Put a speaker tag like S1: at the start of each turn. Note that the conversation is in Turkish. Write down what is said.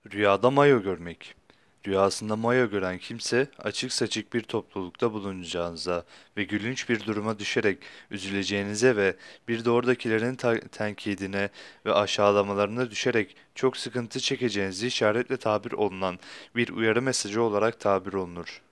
S1: Rüyada mayo görmek. Rüyasında mayo gören kimse açık saçık bir toplulukta bulunacağınıza ve gülünç bir duruma düşerek üzüleceğinize ve bir de oradakilerin tenkidine ve aşağılamalarına düşerek çok sıkıntı çekeceğinizi işaretle tabir olunan bir uyarı mesajı olarak tabir olunur.